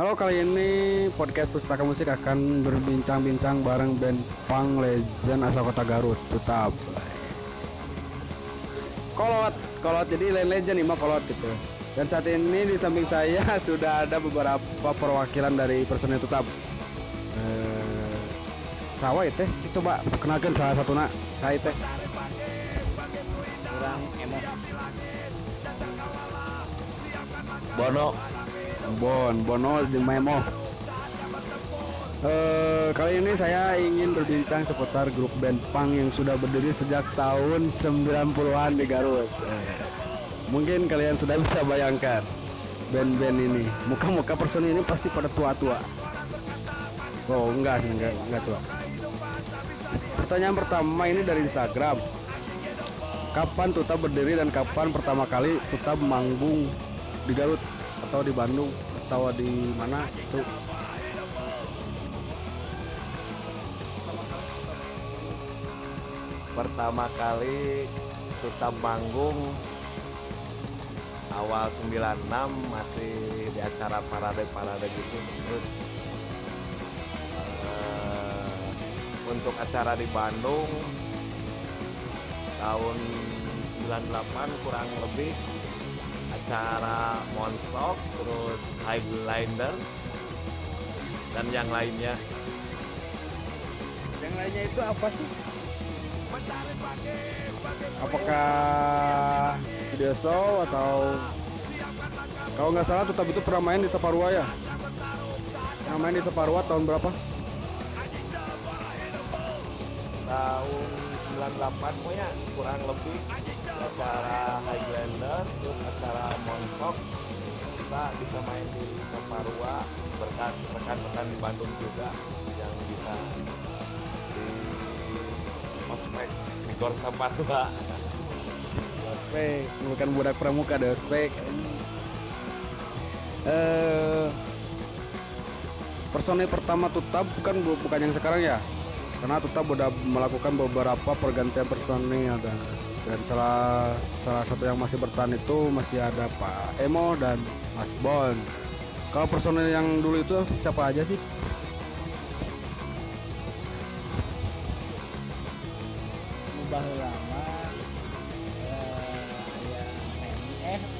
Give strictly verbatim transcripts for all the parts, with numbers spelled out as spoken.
Halo, kali ini podcast Pustaka Musik akan berbincang-bincang bareng band punk legend asal kota Garut, Tutab. Kolot, kolot jadi lain legend nih mah kolot gitu. Dan saat ini di samping saya sudah ada beberapa perwakilan dari personil Tutab. Eh, Sawa itu, coba kenalkan salah satu nak, saya teh. Kurang emo. Bono. Bon, Bono di Memo. Uh, kali ini saya ingin berbincang seputar grup band punk yang sudah berdiri sejak tahun sembilan puluhan di Garut. Uh, mungkin kalian sudah bisa bayangkan band-band ini. Muka-muka personil ini pasti pada tua-tua. Oh, enggak, enggak, enggak tua. Pertanyaan pertama ini dari Instagram. Kapan Tutab berdiri dan kapan pertama kali Tutab manggung di Garut atau di Bandung atau di mana itu? Pertama kali Tutab manggung awal sembilan puluh enam masih di acara parade-parade gitu. Terus uh, untuk acara di Bandung tahun sembilan puluh delapan kurang lebih acara Monstock, terus Highlander dan yang lainnya. Yang lainnya itu apa sih? Apakah video show atau kalau nggak salah Tutab itu pernah main di Saparua ya? Yang main di Saparua tahun berapa? Tahun sembilan puluh delapan pokoknya kurang lebih acara Highlander, terus acara Monstock kita bisa main di Saparua berkat rekan-rekan di Bandung juga yang bisa di ospek di Gor Saparua. Ospek, bukan budak pramuka deh ospek. Eh, personil pertama Tutab bukan bukan yang sekarang ya? Karena Tutab udah melakukan beberapa pergantian personil dan dan salah salah satu yang masih bertahan itu masih ada Pak Emo dan Mas Bon. Kalau personil yang dulu itu siapa aja sih? Ubah lama. Eh, ya, eh,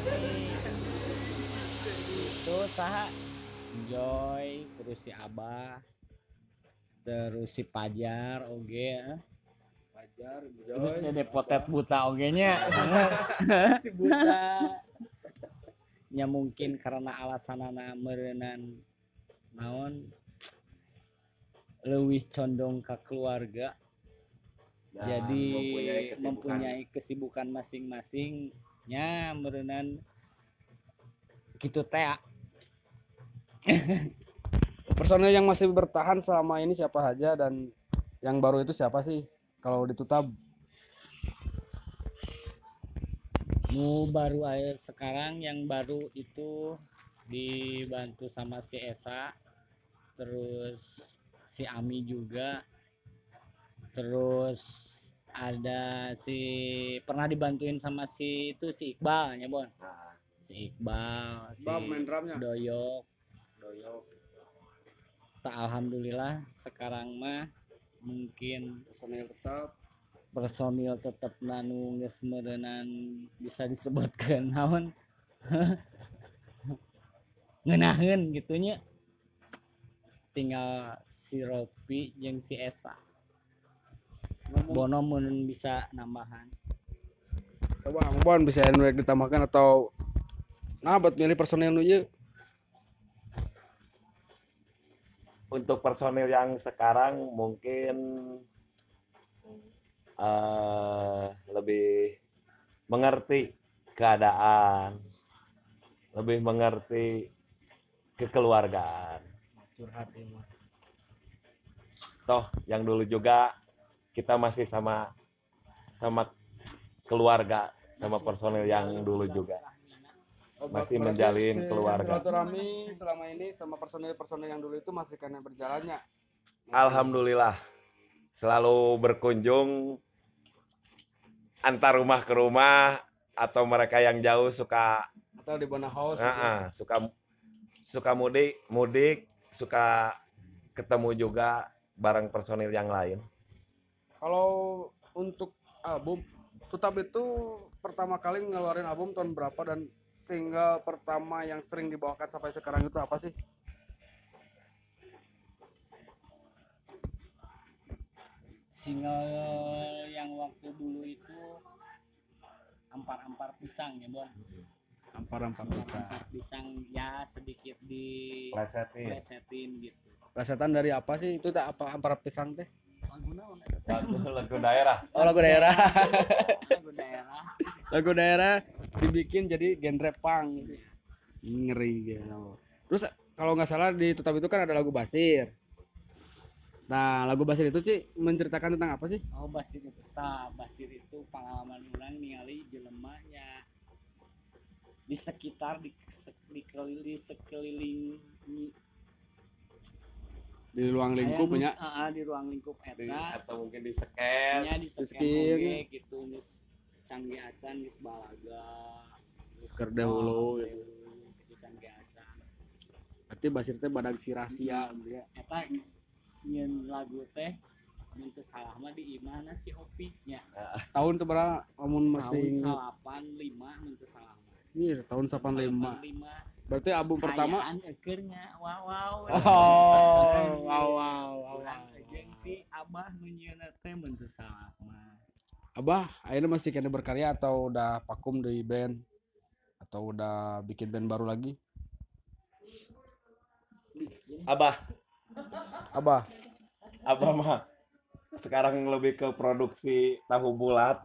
itu saha Joy, terus si Abah, terus si Pajar, oge, eh. Pajar, Terus Dede Potet buta oge nya. si buta. Ya mungkin karena alasanana meureunnan naon leuwih condong ke keluarga. Dan Jadi mempunyai kesibukan. mempunyai kesibukan masing-masing nya meureunnan kitu teh. Personil yang masih bertahan selama ini siapa saja dan yang baru itu siapa sih kalau di Tutab? Nu baru aja sekarang yang baru itu dibantu sama si Esa, terus si Ami juga, terus ada si pernah dibantuin sama si itu si Iqbal ya Bon, Nah, si Iqbal, si Bab main drumnya. Doyok. Doyok. Tak alhamdulillah sekarang mah mungkin Personil tetap. personil tetap nanu geus meureunnan bisa disebutkeun naon ngeunaheun gitunya, tinggal si Ropi jeung si Esa. Bono mun bisa nambahan. Coba Bon bisa yang ditambahkan atau nah buat milih personil nu ieu. untuk personil yang sekarang mungkin uh, lebih mengerti keadaan, lebih mengerti kekeluargaan. Curhat ini. Toh yang dulu juga kita masih sama sama keluarga, sama personil yang dulu juga masih menjalin keluarga. Silaturahmi selama ini sama personil-personil yang dulu itu masih karena berjalannya. Alhamdulillah selalu berkunjung antar rumah ke rumah, atau mereka yang jauh suka Atau di Bona House. uh, uh, suka suka mudik, mudik, suka ketemu juga bareng personil yang lain. Kalau untuk album, Tutap itu pertama kali ngeluarin album tahun berapa dan single pertama yang sering dibawakan sampai sekarang itu apa sih? Single yang waktu dulu itu ampar-ampar pisang ya Bon. Ampar-ampar Ampar-ampar pisang ya sedikit di Plesetin. plesetin gitu. Plesetan dari apa sih? Itu tak apa ampar pisang teh? Lagu naon? Lagu lagu daerah. Oh, lagu daerah. Lagu daerah. Lagu daerah dibikin jadi genre punk. Ngeri gitu. Terus kalau nggak salah di Tutap itu kan ada lagu Basir. Nah, lagu Basir itu sih menceritakan tentang apa sih? Oh, Basir itu tah, Basir itu pengalaman orang ningali jelemanya di sekitar di di keliling sekeliling Di ruang lingkup punya. Heeh, di ruang lingkup Di, eta. atau mungkin di scan. Nya di Di sekian skin. oge gitu geus canggih acan geus balaga. Keur dahulu gitu. Gitu canggih acan. Berarti Basir teh badag si rahasia gitu ya. Eta nyeun lagu teh mun teu salah mah di imahna si Opi nya. Tahun seberapa lamun masih Tahun salapan lima mun teu salah mah. Iya, tahun delapan puluh lima. lima. Berarti album pertama. Kayaan ekeurnya wow wow. Oh, wow wow wow. Urang jeung si Abah nu nyieun teh mun teu salah mah. Abah, akhirnya masih kena berkarya atau udah vakum dari band atau udah bikin band baru lagi? Abah, Abah, Abah mah sekarang lebih ke produksi tahu bulat.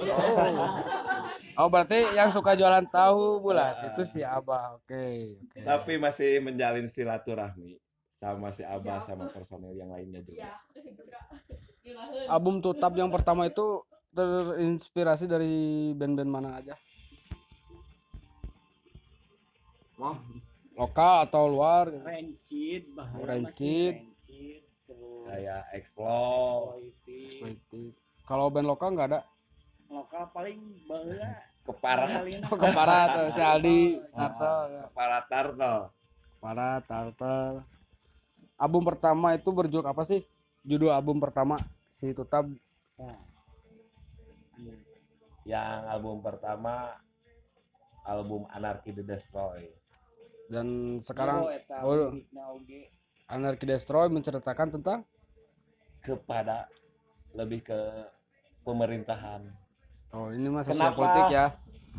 oh berarti yang suka jualan tahu bulat itu si Abah, oke. oke. Tapi masih menjalin silaturahmi sama si Abah sama personil yang lainnya juga. Album Tutap yang pertama itu terinspirasi dari band-band mana aja? Wah, Lokal atau luar? Rencid, bahaya Rencid. Rencid, terus kayak Explore, Exploited. Kalau band lokal nggak ada? Lokal paling baheula Keparat, Oh, Kepara tuh si Aldi, Starter. Keparat Turtle. Kepara, Starter. Album pertama itu berjudul apa sih? Judul album pertama si Tutap. Nah, Yang album pertama album Anarchy the Destroy. Dan sekarang oh, eta oh, lirikna oge. Anarchy Destroy menceritakan tentang Kepada lebih ke pemerintahan. oh ini mah sosial Kenapa? politik ya.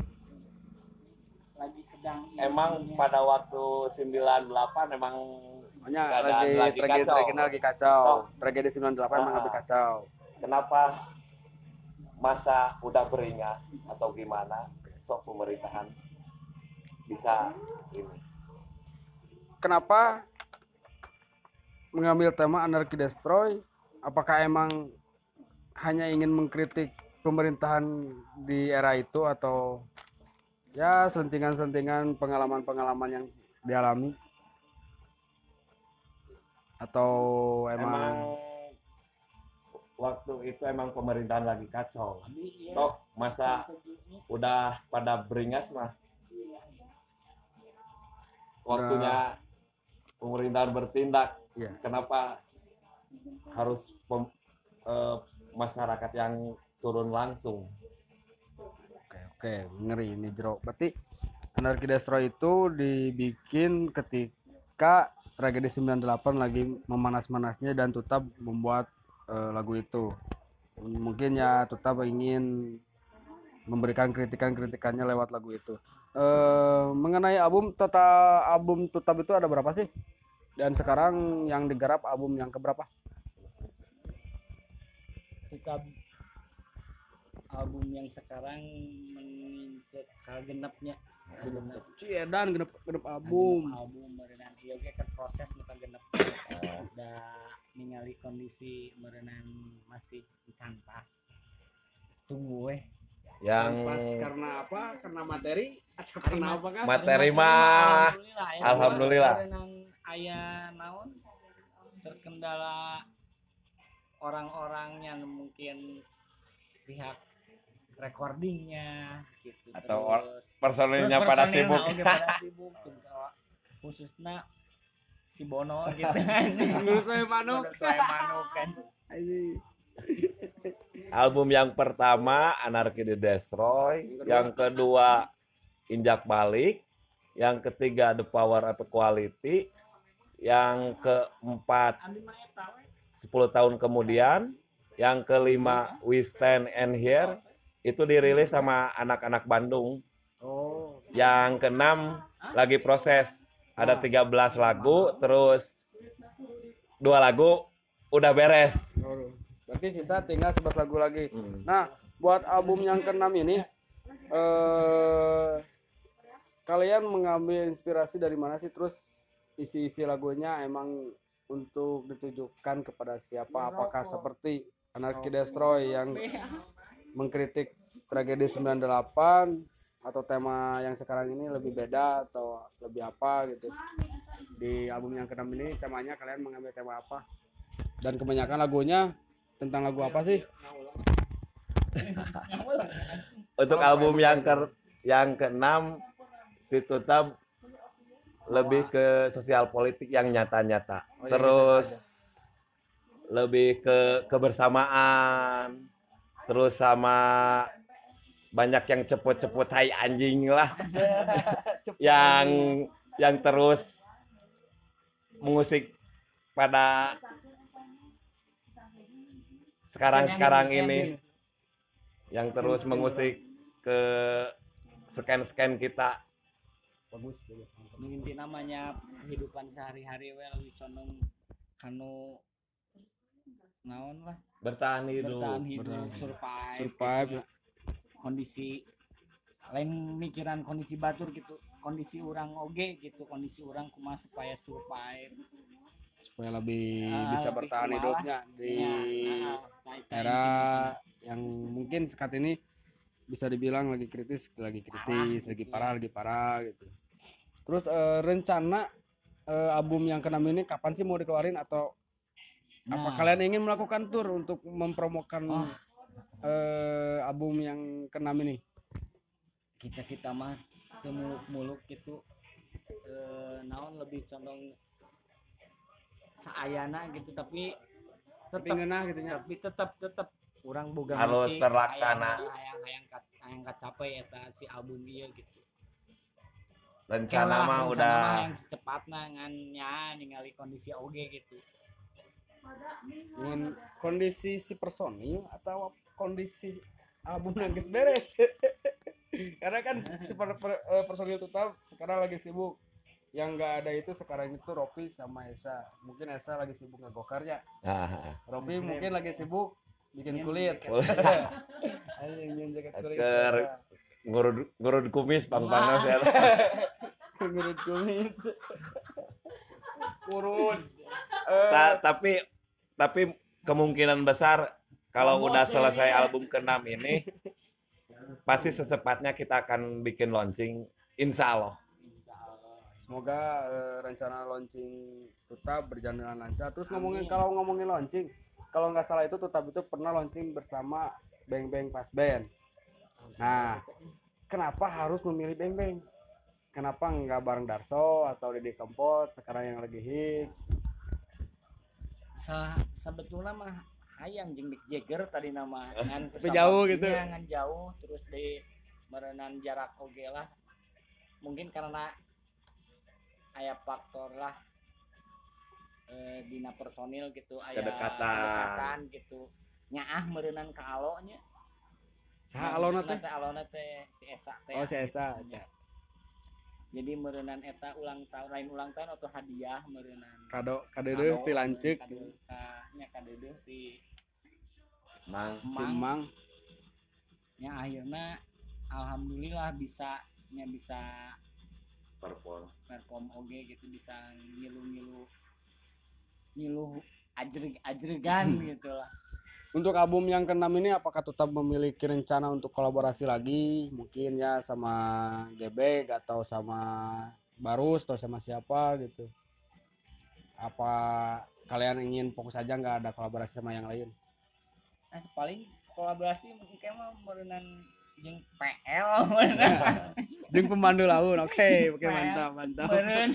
Lagi sedang Emang ininya. pada waktu sembilan puluh delapan emang Makanya keadaan lagi lagi tragedi kacau. tragedi lagi kacau. Toh. Tragedi sembilan puluh delapan emang Ah. lebih kacau. Kenapa masa udah beringas atau gimana sok pemerintahan bisa ini. Kenapa mengambil tema Anarchy Destroy? Apakah emang hanya ingin mengkritik pemerintahan di era itu atau ya sentingan-sentingan pengalaman-pengalaman yang dialami? Atau Emang, emang, waktu itu emang pemerintahan lagi kacau. Abi, iya, Toh masa setuju. udah pada beringas mah waktunya pemerintahan bertindak. Iya. Kenapa harus pem- eh, masyarakat yang turun langsung? Oke, oke, ngeri ini Jero. Berarti Anarchy Destroy itu dibikin ketika tragedi sembilan puluh delapan lagi memanas-manasnya dan Tutap membuat eh, lagu itu. Mungkin ya Tutap ingin memberikan kritikan-kritikannya lewat lagu itu. Eh, mengenai album total album Tutap itu ada berapa sih? Dan sekarang yang digarap album yang keberapa? Kita album yang sekarang menginjak genepnya genep Ciedan genep genep album. album merenang ieu ge kan proses bukan genep da ningali kondisi merenang masih cantas tunggu weh Yang Pas karena apa? Karena materi atau karena apa kan? materi mah ya. alhamdulillah. Merenang aya naon terkendala orang-orang yang mungkin pihak recordingnya gitu Atau terus personilnya terus pada personilnya sibuk. oge pada sibuk Tunggu, khususnya si Bono gitu kan. Ngurus saya manuk. Ngurus saya manuk kan. Album yang pertama Anarchy the Destroy, yang kedua Injak Balik, yang ketiga The Power of Equality, yang keempat sepuluh tahun kemudian, yang kelima We Stand and Here, itu dirilis sama anak-anak Bandung. Oh. Yang keenam lagi proses, ada tiga belas lagu, terus dua lagu udah beres. Oh, berarti sisa tinggal sebelas lagu lagi. Hmm. Nah, buat album yang keenam ini, eh, kalian mengambil inspirasi dari mana sih? Terus isi-isi lagunya emang untuk ditujukan kepada siapa? Apakah seperti Anarchy Destroy yang mengkritik tragedi sembilan delapan, atau tema yang sekarang ini lebih beda atau lebih apa gitu? Di album yang keenam ini temanya kalian mengambil tema apa? Dan kebanyakan lagunya tentang lagu apa sih? Untuk album yang ke yang keenam, si Tutab lebih ke sosial politik yang nyata-nyata. Oh, yang Terus nyata lebih ke kebersamaan. Terus sama banyak yang cepet-cepet hai anjing lah. yang yang terus mengusik pada sekarang-sekarang ini, yang terus mengusik ke scan-scan kita. Bagus. Inti namanya kehidupan sehari-hari we lebih condong kanu naon lah, Bertahan hidup. bertahan hidup, Bertahan. survive, Survive. gitu. Kondisi lain mikiran kondisi batur gitu, kondisi orang oge gitu, kondisi orang kumaha supaya survive, Supaya lebih Ah, bisa lebih bertahan kumaha hidupnya di ya, nah, nah, era yang mungkin saat ini bisa dibilang lagi kritis, lagi kritis, Parah, lagi gitu parah, ya. lagi parah gitu. Terus eh, rencana eh, album yang keenam ini kapan sih mau dikeluarin, atau apa Nah. kalian ingin melakukan tour untuk mempromokan Oh. eh, album yang keenam ini? kita kita mah teu muluk-muluk gitu, eh, naon lebih condong saayana gitu, tapi Tapi tetap ngeunah gitu nya. tapi tetap tetap orang boga Harus misi terlaksana. hayang hayang hayang kat- hayang kacapai eta si album ieu gitu. Rencana Kelah, mah rencana udah mah yang secepatna ngan nya ningali kondisi oge gitu. Dengan kondisi si personil atau kondisi album yang geus beres? Karena kan si per- per- eh, personil tetap sekarang lagi sibuk. Yang nggak ada itu sekarang itu Ropi sama Esa. Mungkin Esa lagi sibuk ngegokarnya. ah, Ropi mungkin lagi sibuk bikin kulit. Anjing bikin jaket kulit. Ker ngurud ngurud kumis pang panas ya. Ngurut kulit. Urut. Ta- tapi tapi kemungkinan besar kalau udah selesai album keenam ini pasti secepatnya kita akan bikin launching, insya Allah. Semoga eh, rencana launching tetap berjalan dengan lancar. Terus ngomongin, kalau ngomongin launching, kalau nggak salah itu tetap itu pernah launching bersama Beng Beng Pas Band. Nah, kenapa harus memilih Beng Beng? Kenapa nggak bareng Darso atau Didi Kempot sekarang yang lagi hits? Sa sebetulnya mah hayang jeung Mick Jagger tadi nama ngan Tapi jauh gitu. iya, ngan jauh terus di merenan jarak oge lah, mungkin karena aya faktor lah eh, dina personil gitu, aya Kedekatan. kedekatan gitu nyaah merenan ka alo nya. Saha alona teh? Alona teh si Esa teh. Oh, si Esa. Ya. Jadi merenan eta ulang tahun, lain ulang tahun atau hadiah merenan Kado kadeudeung ti lanceuk. kado ka nya kadeudeung ti Mang Timang. nya akhirna alhamdulillah bisa nya bisa perform. perform oge gitu, bisa ngilu-ngilu ngilu ajreg-ajregan gitu lah. Untuk album yang keenam ini apakah tetap memiliki rencana untuk kolaborasi lagi, mungkin ya sama Gebek atau sama Barus atau sama siapa gitu? Apa kalian ingin fokus aja nggak ada kolaborasi sama yang lain? Nah, paling kolaborasi mungkin mah merenan jeung P L. D Jeung pemandu laun. Oke, oke mantap, mantap. Beureun.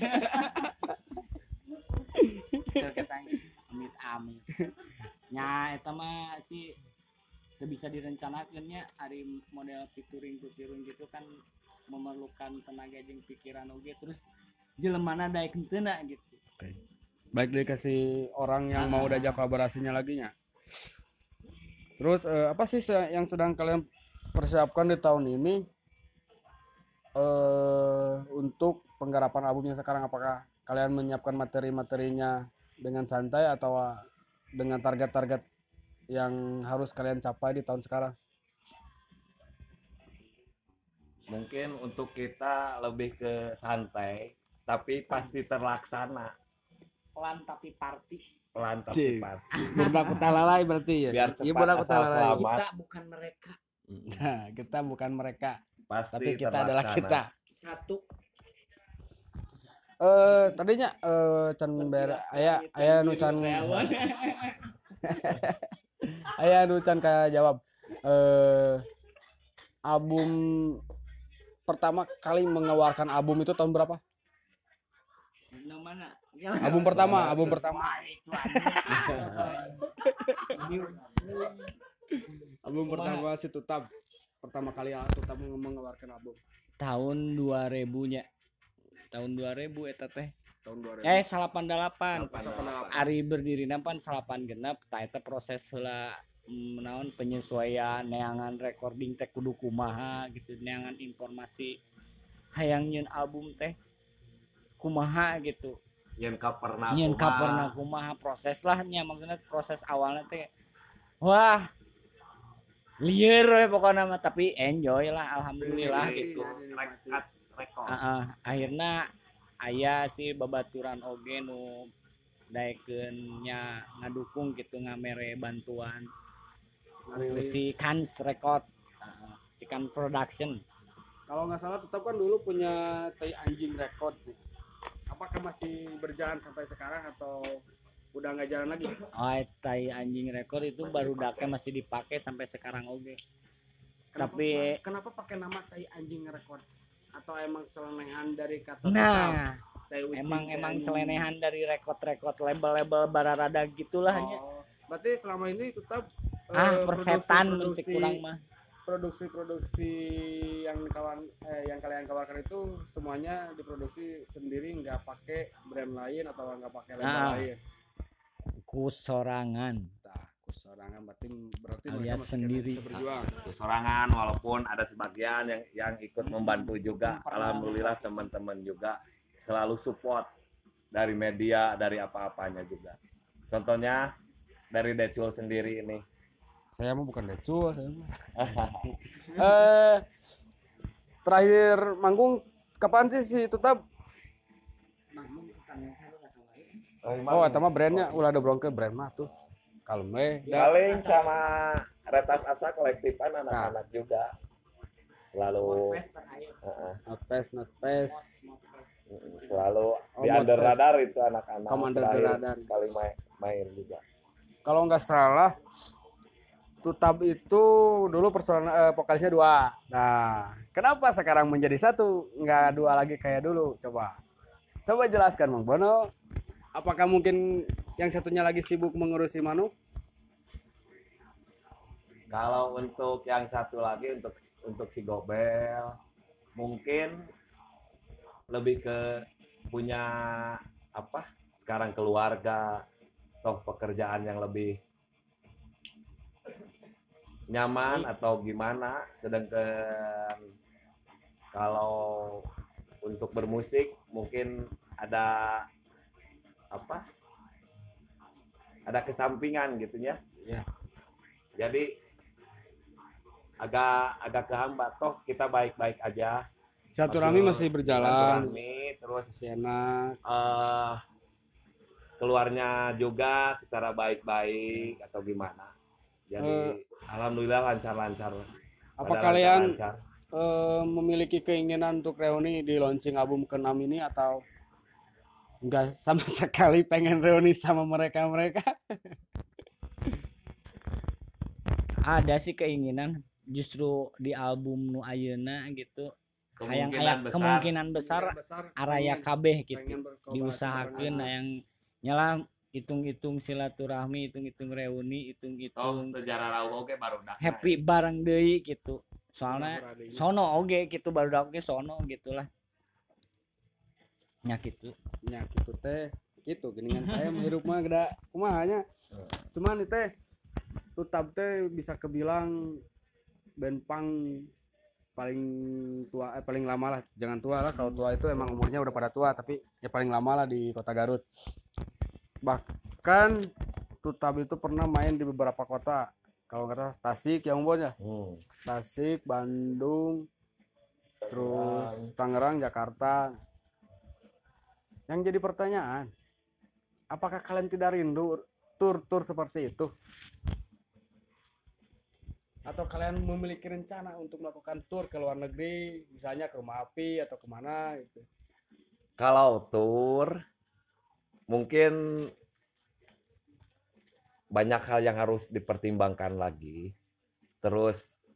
Ketang amit amit. Nya eta mah si teu bisa direncanakeun nya ari model pituring-pituring gitu kan memerlukan tenaga jeung pikiran oge terus jelemana daek henteu gitu. Oke. Baik dikasih orang yang mau diajak kolaborasinya lagi nya. Terus eh, apa sih se- yang sedang kalian persiapkan di tahun ini eh untuk penggarapan albumnya sekarang? Apakah kalian menyiapkan materi-materinya dengan santai atau dengan target-target yang harus kalian capai di tahun sekarang? Mungkin untuk kita lebih ke santai, tapi pasti terlaksana. Pelan tapi party. Pelan tapi Cik. pasti. Budak lalai berarti ya. Biar Iya, cepat budak asal lalai. selamat. Kita bukan mereka. Nah, kita bukan mereka, Pasti tapi kita terlaksana. adalah kita. Satu. Eh tadinya eh can ber aya aya nu can aya nu can ka jawab. Eh album pertama kali mengeluarkan album itu tahun berapa? Yang mana? Album pertama, album pertama. Album pertama si Tutab. Pertama kali Tutab mengeluarkan album. Tahun dua ribu-nya. Tahun dua ribu eta teh. Tahun dua ribu. Eh salapan delapan. salapan delapan. Ari berdirinya pan salapan genep tah eta proses heula menaon penyesuaian neangan recording teh kudu kumaha gitu, neangan informasi hayang nyeun album teh kumaha gitu. Yen ka pernah Nyeun kumaha. coverna kumaha proses lah nya maksudnya proses awalnya teh wah lieur we pokona mah tapi enjoy lah alhamdulillah gitu. Rekat rekor. Heeh, akhirna aya si babaturan oge nu daekeun nya ngadukung gitu ngamere bantuan si Kans Record, uh, si Kans Production. Kalau nggak salah Tutab kan dulu punya Tai Anjing Record. Apakah masih berjalan sampai sekarang atau udah nggak jalan lagi? Oh, Tai Anjing Record itu baru dake masih dipakai sampai sekarang oge. Kenapa, Tapi kenapa pakai nama Tai Anjing Record? Atau emang selenehan dari kata Tutab? nah, Tai Ucing, emang Tai emang Anjing? selenehan dari record-record label-label bararada gitulah nya. Oh, berarti selama ini Tutab Ah, eh, persetan produksi- mencek kurang mah. produksi-produksi yang kawan eh, yang kalian keluarkan itu semuanya diproduksi sendiri, nggak pakai brand lain atau nggak pakai label Ah. lain. Kusorangan. Nah, kusorangan berarti berarti Alias mereka masih sendiri. bisa berjuang. Sorangan walaupun ada sebagian yang yang ikut membantu juga. Alhamdulillah teman-teman juga selalu support dari media, dari apa-apanya juga. Contohnya dari Decul sendiri ini. Saya mah bukan decul, saya mah. eh terakhir manggung kapan sih si Tutab? Oh, eta mah brandnya ulah ada bronke brand mah tuh. Kalem we. Paling sama Retas Asa kolektifan anak-anak juga selalu Heeh, Notepes, notepes. selalu Oh, di under Notepes. radar itu anak-anak. Come under the Terakhir radar. Kali main, main juga. Kalau nggak salah Tutab itu dulu personal eh, vokalisnya dua. Nah, kenapa sekarang menjadi satu, nggak dua lagi kayak dulu? Coba, coba jelaskan, Bang Bono. Apakah mungkin yang satunya lagi sibuk mengurusi Manu? Kalau untuk yang satu lagi untuk untuk si Gobel mungkin lebih ke punya apa? Sekarang keluarga, toh pekerjaan yang lebih nyaman atau gimana. Sedangkan kalau untuk bermusik mungkin ada apa? Ada kesampingan gitu ya. Ya. Jadi agak agak kehambat, toh kita baik-baik aja. Silaturahmi Betul. masih berjalan, Silaturahmi, terus masih enak. eh keluarnya juga secara baik-baik atau gimana. Jadi alhamdulillah lancar-lancar. Apa Pada kalian lancar-lancar. eh, memiliki keinginan untuk reuni di launching album keenam ini atau enggak sama sekali pengen reuni sama mereka-mereka? Ada sih keinginan justru di album nu ayeuna gitu hayang Kemungkinan aya besar. kemungkinan besar besar araya pengen- kabeh pengen gitu berkolaborasi diusahakeun bareng. yang nyala hitung-hitung silaturahmi hitung-hitung reuni Oh, hitung-hitung sejarah rauh oge baru dah. happy bareng deui gitu soalnya Kolaborasi. sono oge gitu baru oge sono gitulah nya gitu nya gitu teh gitu geningan saya menghirup mah geda kumaha nya cuman itu teh Tutab teh bisa kebilang band punk paling tua eh, paling lama lah jangan tua lah kalau tua itu emang umurnya udah pada tua tapi ya paling lama lah di kota Garut bahkan Tutab itu pernah main di beberapa kota kalau nggak salah Tasik yang umurnya Hmm. Tasik Bandung terus Tangerang Jakarta yang jadi pertanyaan apakah kalian tidak rindu tur-tur seperti itu atau kalian memiliki rencana untuk melakukan tur ke luar negeri misalnya ke Rumah Api atau kemana gitu Kalau tur mungkin banyak hal yang harus dipertimbangkan lagi. Terus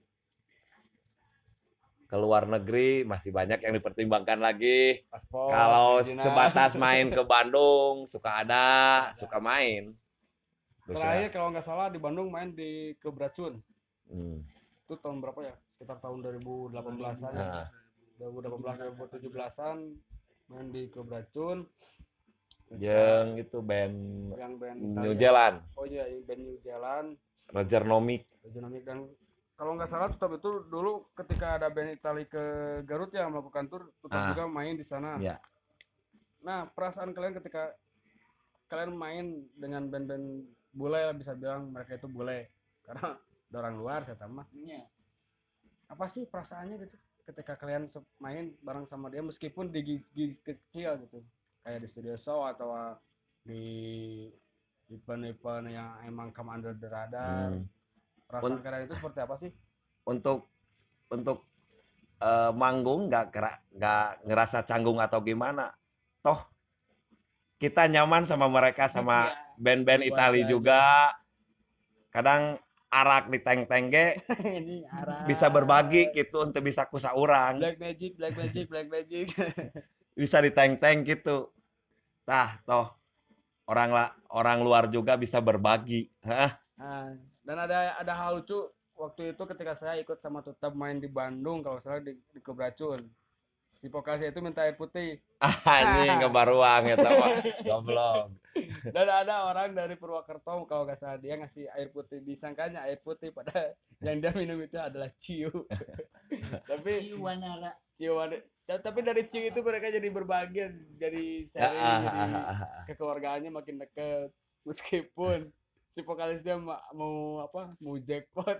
ke luar negeri masih banyak yang dipertimbangkan lagi. paspor Kalau perizinan. sebatas main ke Bandung suka ada, suka main. Terus terakhir ya, kalau nggak salah di Bandung main di Klub Racun hmm. itu tahun berapa ya sekitar tahun dua ribu delapan belasan Nah, dua ribu delapan belas dua ribu tujuh belasan main di Klub Racun yang itu band yang band New Italia. Zealand, oh iya band New Zealand Roger Nomic. Dynamic dan kalau nggak salah Tutab itu dulu ketika ada band Italia ke Garut ya melakukan tur Tutab Ah. juga main di sana. Ya. Nah perasaan kalian ketika kalian main dengan band-band bule bisa bilang mereka itu bule karena ada orang luar saya tambah. Iya. Apa sih perasaannya gitu ketika kalian se- main bareng sama dia meskipun di gig-gig kecil gitu kayak di studio show atau di event-event yang emang come under the radar. Hmm. Perasaan Un- kalian itu seperti apa sih? Untuk untuk eh, manggung nggak kera- nggak ngerasa canggung atau gimana. Toh kita nyaman sama mereka sama band-band Keluarga Itali aja. juga. Kadang arak di teng-teng ge Ini arah bisa berbagi gitu untuk bisa kusa urang. Black Magic, Black Magic, Black Magic. Bisa di teng-teng gitu. Tah, toh orang la, orang luar juga bisa berbagi. Hah? Nah, dan ada ada hal lucu waktu itu ketika saya ikut sama Tutab main di Bandung kalau salah di, di Klub Racun. Si vokalisnya itu minta air putih. Anjing kebaruang ya mah. Goblok. Dan ada orang dari Purwakarta kalau nggak salah dia ngasih air putih disangkanya air putih pada yang dia minum itu adalah ciu. Tapi Iwanara ciu ada dan- tapi dari ciu itu mereka jadi berbagi jadi sharing Ah, jadi ah, ah, ah. kekeluargaannya makin dekat meskipun si vokalisnya ma- mau apa mau jackpot.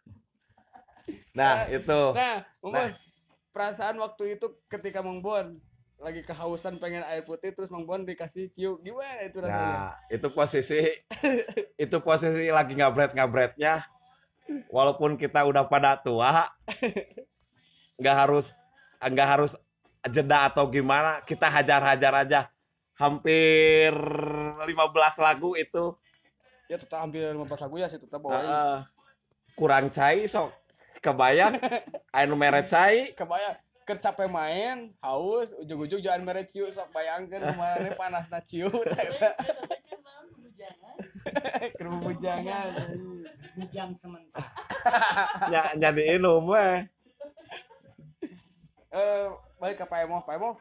Nah, itu. Nah, Mang Bon, perasaan waktu itu ketika Mang Bon lagi kehausan pengen air putih terus Mang Bon dikasih ciu gimana itu rasanya? Nah, itu posisi itu posisi lagi ngabret-ngabretnya. Walaupun kita udah pada tua, nggak harus nggak harus jeda atau gimana, kita hajar-hajar aja. Hampir lima belas lagu itu Ya tetap hampir lima belas lagu ya sih tetap bawain. eh, kurang cai sok kebayang anu mere cai Kebayang keur capek main, haus, ujung-ujung jangan mere ciu sok bayangkeun kemarin panasna ciu eta. Keur bujangan. bujang sementara nya jadi inum weh. Eh balik ke Pak Emo, Pak Emo.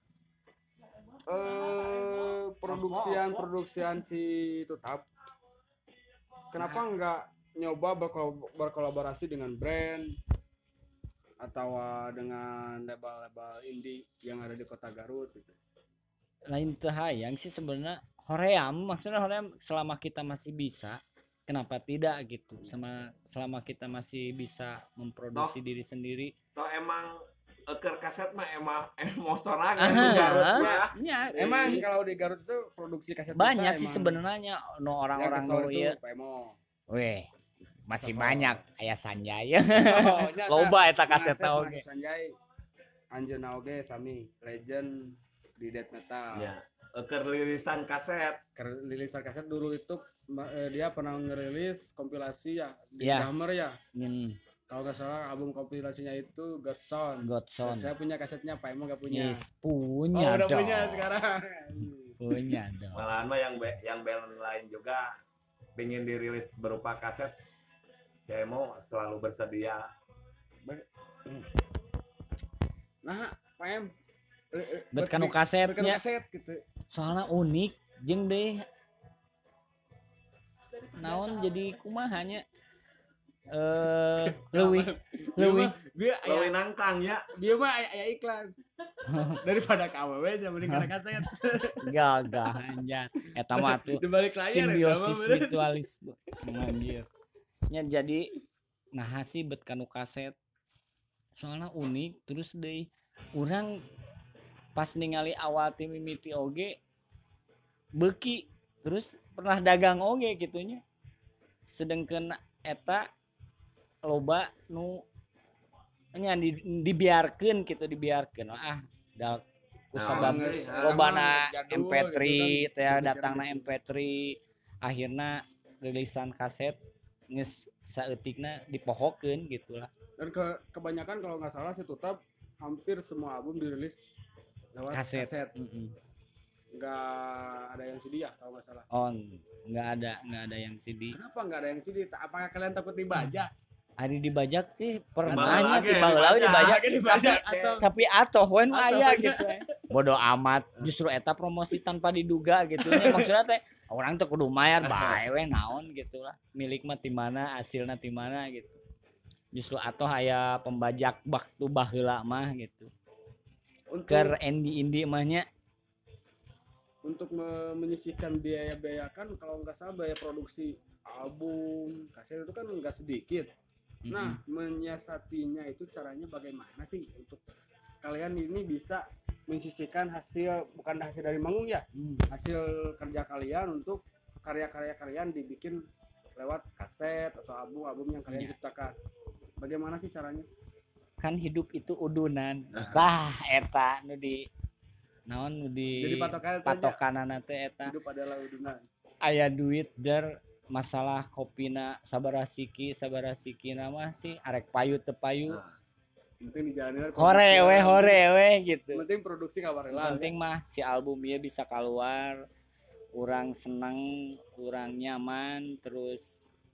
Eh produksian produksian si Tutab. Kenapa enggak nyoba berkol- berkolaborasi dengan brand atau uh, dengan label-label indie yang ada di Kota Garut gitu. lain teu hayang sih sebenarnya hoream maksudnya hoream selama kita masih bisa kenapa tidak gitu sama selama kita masih bisa memproduksi Toh. diri sendiri Toh emang eker kaset mah emang emang sorangan Ah, di Garut mah. ya, ya, Emang sih. kalau di Garut itu produksi kaset banyak kita sih emang sebenarnya no orang-orang yang kesel nu itu ieu Pak Emo. weh masih Sokol. banyak aya Sanjay Oh, nya, loba eta Ngasep kasetna mah oge Sanjay. Anjeunna oge sami legend di death metal. Ya, eker lirisan kaset. Ker- Rilisan kaset dulu itu ma- eh, dia pernah ngerilis kompilasi ya di Iya. Drummer ya. Hmm. kalau nggak salah album kompilasinya itu Godson. Godson. Saya punya kasetnya, Pak Emo nggak punya. Yes, punya Oh, udah dong. punya sekarang. Punya dong. Malahan mah yang be- yang band lain juga pengen dirilis berupa kaset. Saya mau selalu bersedia. Nah, Pak Em, eh, eh, Bet buat kanu bi- kaset buat kanu nya. kaset gitu. Soalnya unik jeung deh naon jadi kumahanya eh leuwih leuwih Dia Leuwih aya nangtang ya. dia mah aya aya iklan. Daripada ka awewe nya mending kana kaset. gagah anjir eta mah tuh Di balik layar eta mah simbiosis bener. mutualisme anjir nya jadi nah sih bet kanu kaset soalnya unik terus deh urang pas ningali awal tim mimiti oge beki terus pernah dagang oge gitunya sedengkeun eta loba nu nya di, dibiarkeun gitu dibiarkeun ah da kusabab Nah, geus, lobana jadul M P tiga gitu teh kan. datangna M P tiga akhirna rilisan kaset geus saeutikna dipohokeun gitulah. Dan ke, kebanyakan kalau nggak salah sih tetap hampir semua album dirilis lewat Kaset. kaset. Mm-mm. Nggak ada yang C D ya kalau nggak salah. On nggak ada nggak ada yang C D. Kenapa nggak ada yang C D? Apakah kalian takut dibajak? Hari dibajak sih pernah Dibajak nya lagi, tiba heula dibajak Lagi dibajak tapi atau tapi atoh wen Atoh. aya gitu eh. Bodoh amat justru eta promosi tanpa diduga gitu nya maksudnya teh orang tuh kudu mayar bae we naon gitu lah milik mah ti mana hasilna ti mana gitu justru atoh aya pembajak waktu baheula mah gitu untuk keur indie-indie mah nya untuk me- menyisihkan biaya-biaya kan kalau nggak salah biaya produksi album kaset itu kan nggak sedikit. Nah, menyiasatinya itu caranya bagaimana sih untuk kalian ini bisa menyisihkan hasil bukan hasil dari manggung ya, Hmm. hasil kerja kalian untuk karya-karya kalian dibikin lewat kaset atau album-album yang kalian Iya. ciptakan. Bagaimana sih caranya? kan hidup itu udunan tah eta nu di naon nu di Jadi patokan itu aja. patokanana teh eta Hidup adalah udunan. aya duit der masalah kopina sabarasiki sabarasiki nama sih arek payu teu payu Nah, Penting dijalani. hore we hore we gitu Penting produksi kabar lah. penting mah si album ieu bisa keluar urang seneng urang nyaman terus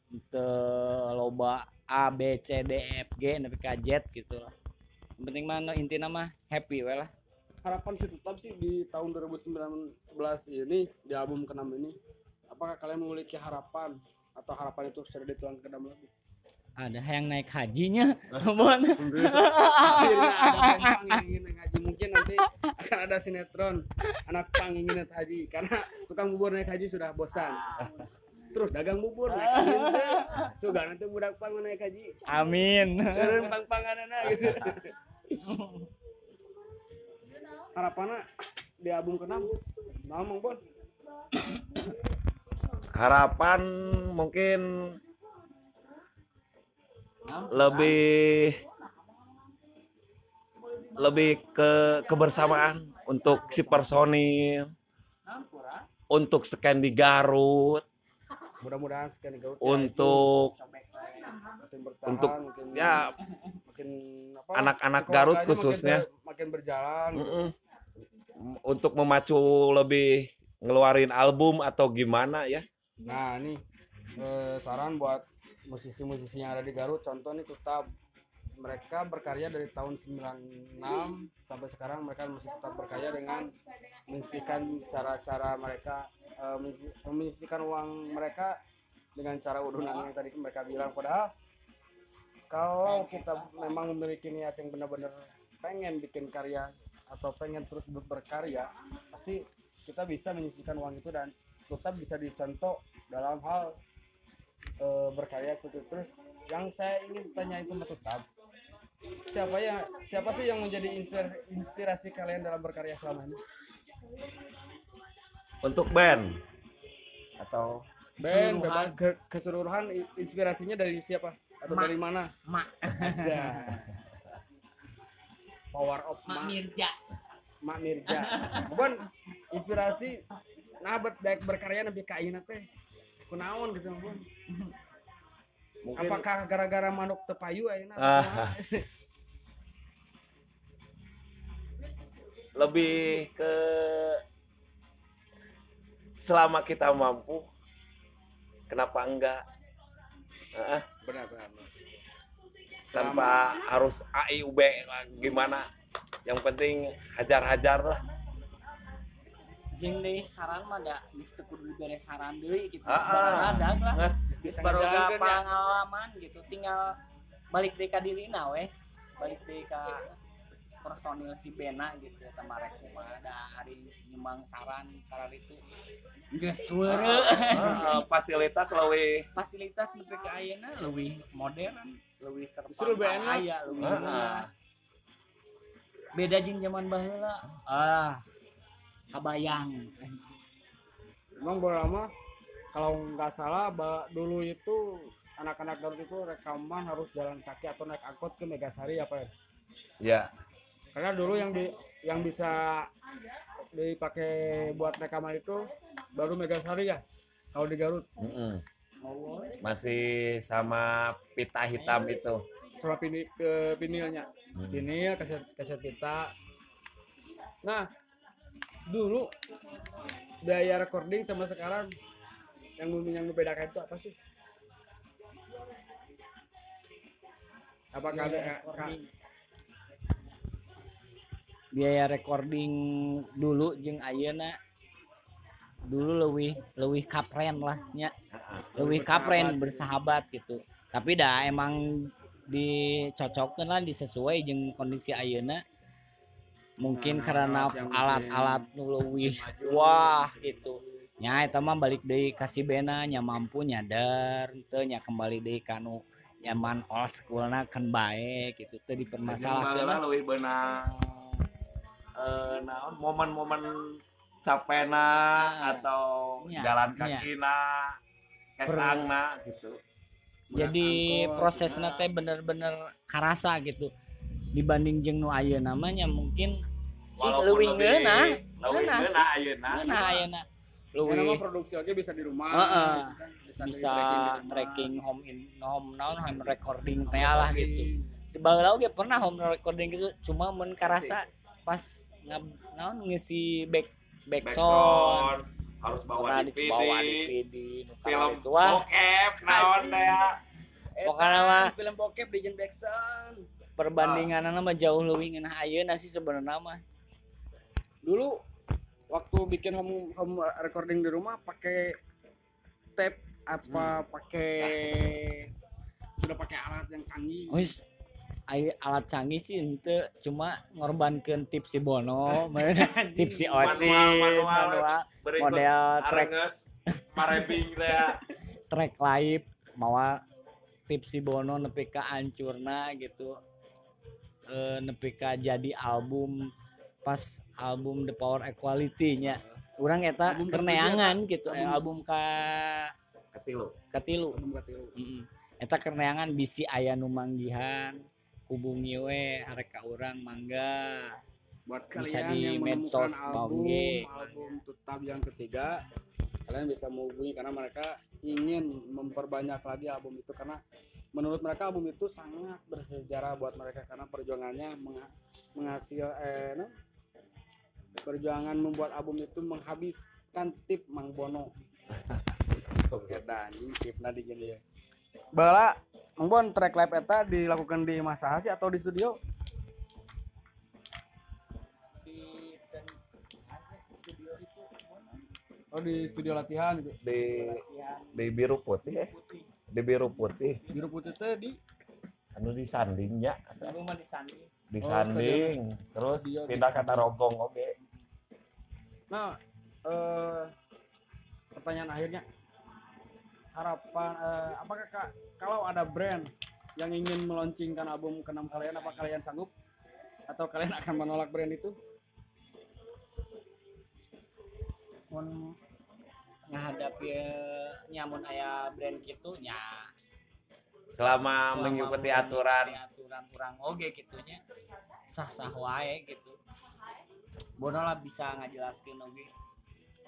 teu loba A B C D E F G nepi ka Z gitu lah yang penting mah no, intina mah happy we lah Harapan sih tetap sih di tahun dua ribu sembilan belas ini di album keenam ini apakah kalian memiliki harapan atau harapan itu sudah dituangkan ke dalam lagu? ada yang naik hajinya bon Akhirnya ada band pang yang ingin naik haji, mungkin nanti akan ada sinetron anak pang ingin naik haji karena tukang bubur naik haji sudah bosan. Terus dagang bubur naik haji ente. Sudah nanti budak pang naik haji. amin Keren pang-panganana gitu. Harapannya di album keenam mau Mang Bon. harapan mungkin lebih lebih ke kebersamaan untuk si personil, untuk scan di Garut, Mudah-mudahan sekian di Garut ya, untuk itu makin bertahan, untuk makin, ya makin apa, anak-anak si Garut keluarganya khususnya. makin, ber- makin berjalan. mm-mm, untuk memacu lebih ngeluarin album atau gimana ya. Nah nih eh, saran buat musisi-musisi yang ada di Garut, contoh nih tetap mereka berkarya dari tahun sembilan puluh enam sampai sekarang mereka masih tetap berkarya dengan menyisihkan cara-cara mereka eh, menyisi- menyisihkan uang mereka dengan cara udunan yang tadi mereka bilang. Padahal kalau kita memang memiliki niat yang benar-benar pengen bikin karya atau pengen terus ber- berkarya, pasti kita bisa menyisihkan uang itu dan tetap bisa dicontoh dalam hal e, berkarya gitu. Terus yang saya ingin tanya itu tetap siapa ya siapa sih yang menjadi inspir- inspirasi kalian dalam berkarya selama ini? Untuk band atau Band, Keseluruhan. bebas, ke- keseluruhan i- inspirasinya dari siapa atau Ma. dari mana? mak Ada. Power of mak Ma, Mirja Mak Mirja. Bon, inspirasi nah bet daek berkarya nepi ka ayeuna teh. Kunaon gitu, Bon? Mungkin Apakah gara-gara manuk tepayu ayeuna? Ah. lebih ke selama kita mampu kenapa enggak? Heeh, Benar benar. tanpa harus A I U B lah, gimana? Yang penting hajar-hajar lah. Jeung deui saran mah da geus teu kudu dibere saran deui gitu. Ah, Barudak lah. Nges, Geus Bisa barudak ngejalankeun ya. pengalaman gitu. Tinggal balik deui ka dirina we. Balik deui ka personil si Bena gitu eta marek kumaha da hari nyumbang saran karar itu. Geus weureu. Heeh, fasilitas leuwih Fasilitas nepi ka ayeuna leuwih modern, leuwih Justru lebih terpampang enak. aya, leuwih Heeh. murah. Beda jeung zaman baheula. Ah, kabayang. Emang bola lama kalau nggak salah ba, dulu itu anak-anak Garut itu rekaman harus jalan kaki atau naik angkot ke Megasari apa ya? ya. Karena dulu yang di yang bisa dipakai buat rekaman itu baru Megasari ya. Kalau di Garut Mm-mm. Masih sama pita hitam itu. sama pini, ke vinilnya. Hmm. Vinil kaset kaset pita. Nah, dulu biaya recording sama sekarang yang yang membedakan itu apa sih? Apakah ada Biaya ka- recording. Biaya recording dulu jeung ayeuna dulu leuwih leuwih kapren lah nya. Leuwih kapren bersahabat gitu. Tapi dah emang dicocokkeun lah disesuai jeung kondisi ayeuna. Mungkin Nah, karena alat yang alat-alat mungkin nu leuwih maju. wah gitu. Nya eta mah balik deui ka si Bena nya mampu nyadar teu nya kembali deui ka nu nyaman old schoolna kan bae gitu teu dipermasalahkeun lah. Leuwih beunang eh naon momen-momen capena Ah, atau iya, jalan iya. kakina kesangna gitu. Jadi angkot, prosesnya teh bener-bener karasa gitu dibanding jeung nu ayeuna mah nya mungkin si Walaupun leuwih lebih ngeunah leuwih ngeunah ngeunah ayeuna. ngeunah ayeuna Karena leuwih mah produksi aja bisa di rumah. Heeh. gitu kan. bisa di tracking di rumah. tracking home in home naon home recording teh lah gitu. Di baheula oge pernah home recording gitu cuma mun karasa pas ngab naon ngisi back back sound Backsound harus bawa pernah D V D, dibawa D V D nu film karar itu wah bokep naon teh ya. pokoknya mah film bokep di Jen Jackson. perbandinganna mah jauh leuwih ngeunah ayeuna sih sebenarnya mah. Dulu waktu bikin home home recording di rumah pakai tape apa pakai sudah pakai alat yang canggih. Wis ai alat canggih sih henteu cuma ngorbankeun tips si Bono, tips si Oci, Manual, manual. manual, Berikut model track arenges marebing teh ya. track live mawa tips si Bono nepi ka ancurna gitu. E, nepi ka jadi album pas album The Power Equality nya. Urang eta Album kerneangan gitu, eh, album- album ka Ketilu. katilu. Album katilu. Heeh. Eta kerneangan bisi aya nu manggihan hubungi we arek ka urang mangga. Buat Bisa kalian di yang medsos menemukan album oge. album tetap yang ketiga, kalian bisa menghubungi karena mereka ingin memperbanyak lagi album itu karena menurut mereka album itu sangat bersejarah buat mereka karena perjuangannya mengha- menghasil eh no? perjuangan membuat album itu menghabiskan tip Mang Bono. Dan tipna di gini ya. Bala Mang Bon track live eta dilakukan di Masaha sih atau di studio? Di dan ada studio itu Oh di studio latihan gitu. Di yang di biru putih eh. putih Di biru putih Biru putih teh di anu di sandingnya di rumah di Sandi. di Oh, sanding terus Studio di pindah ke sanding. Tarogong oke. Nah, eh, pertanyaan akhirnya, harapan, eh, apakah Kak, kalau ada brand yang ingin meluncurkan album keenam kalian, apa kalian sanggup? Atau kalian akan menolak brand itu? Mun ngahadapi eh, nyamun aya brand kitu nya Selama selama mengikuti mengikuti aturan aturan kurang oge gitunya sah-sah wae gitu. Bono lah bisa ngajelaskeun oge.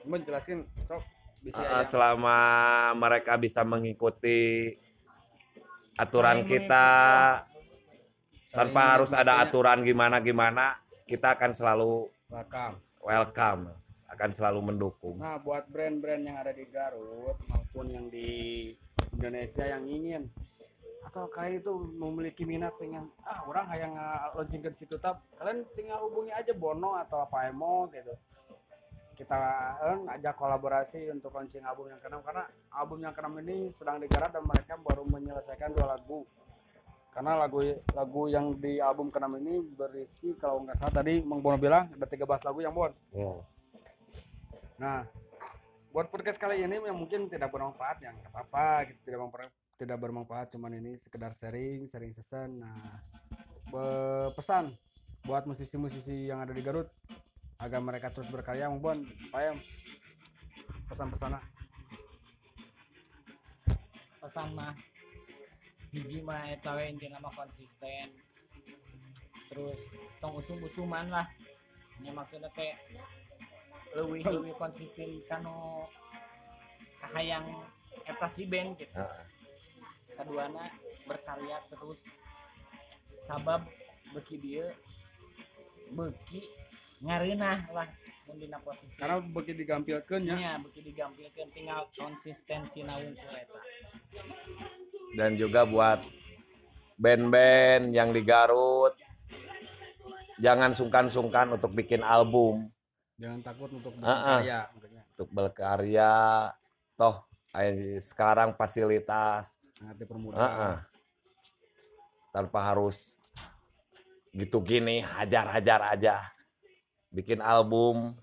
Menjelasin, sok bisa eh, ya. selama mereka bisa mengikuti aturan kita tanpa Saling harus ada menikmatinya. aturan gimana-gimana, kita akan selalu Welcome. welcome, akan selalu mendukung. Nah, buat brand-brand yang ada di Garut maupun yang di Indonesia yang ingin atau kalian itu memiliki minat pengen ah orang yang launching ke situ tab, kalian tinggal hubungi aja Bono atau apa Emo gitu. Kita eh, ajak kolaborasi untuk launching album yang keenam karena album yang keenam ini sedang digarap dan mereka baru menyelesaikan dua lagu. Karena lagu lagu yang di album keenam ini berisi kalau nggak salah tadi Mang Bono bilang ada tiga belas lagu yang Bon. Hmm. Nah, buat podcast kali ini yang mungkin tidak bermanfaat yang nggak apa-apa, gitu. tidak memper- tidak bermanfaat, cuman ini sekedar sharing, sharing session. Nah, be- pesan buat musisi-musisi yang ada di Garut agar mereka terus berkarya, Mang Bon, Payam, pesan-pesan. Pesan mah hiji mah eta we intina mah konsisten, terus tong usum-usuman lah nya maksudna teh leuwih leuwih konsisten kanu kahayang eta si band gitu. Heeh. Kaduana berkarya terus sabab beki dieu beki ngareunah lah mun dina posisi Karena begitu digampilkeun nya. nya beki digampilkeun tinggal konsistensi naungkul eta. Dan juga buat band-band yang di Garut, jangan sungkan-sungkan untuk bikin album, Jangan takut untuk Ah, ah. berkarya, makanya untuk berkarya. Toh eh, sekarang fasilitas sangat dipermudah. Heeh. Tanpa harus gitu gini, hajar-hajar aja bikin album.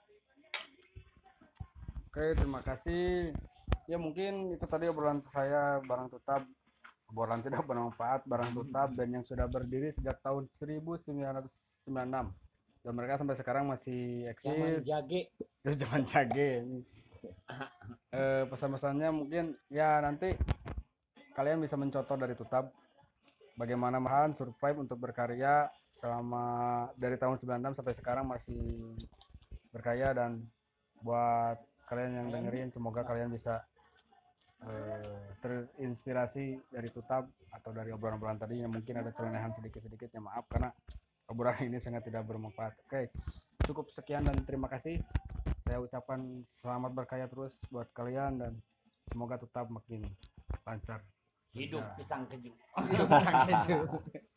Oke, terima kasih. Ya mungkin itu tadi obrolan saya barang tutab, obrolan tidak bermanfaat barang tutab dan yang sudah berdiri sejak tahun seribu sembilan ratus sembilan puluh enam dan mereka sampai sekarang masih Zaman eksis. jage Terus zaman cage. Eh, pesan-pesannya mungkin ya nanti kalian bisa mencontoh dari tutab bagaimana Mahan survive untuk berkarya selama dari tahun sembilan puluh enam sampai sekarang masih berkarya. Dan buat kalian yang dengerin semoga kalian bisa eh, terinspirasi dari tutab atau dari obrolan-obrolan tadi yang mungkin ada celengan sedikit-sedikit, ya maaf karena obrolan ini sangat tidak bermanfaat. Oke, cukup sekian dan terima kasih. Saya ucapkan selamat berkarya terus buat kalian dan semoga tetap makin lancar. hidup Ya. pisang keju. Hidup pisang keju.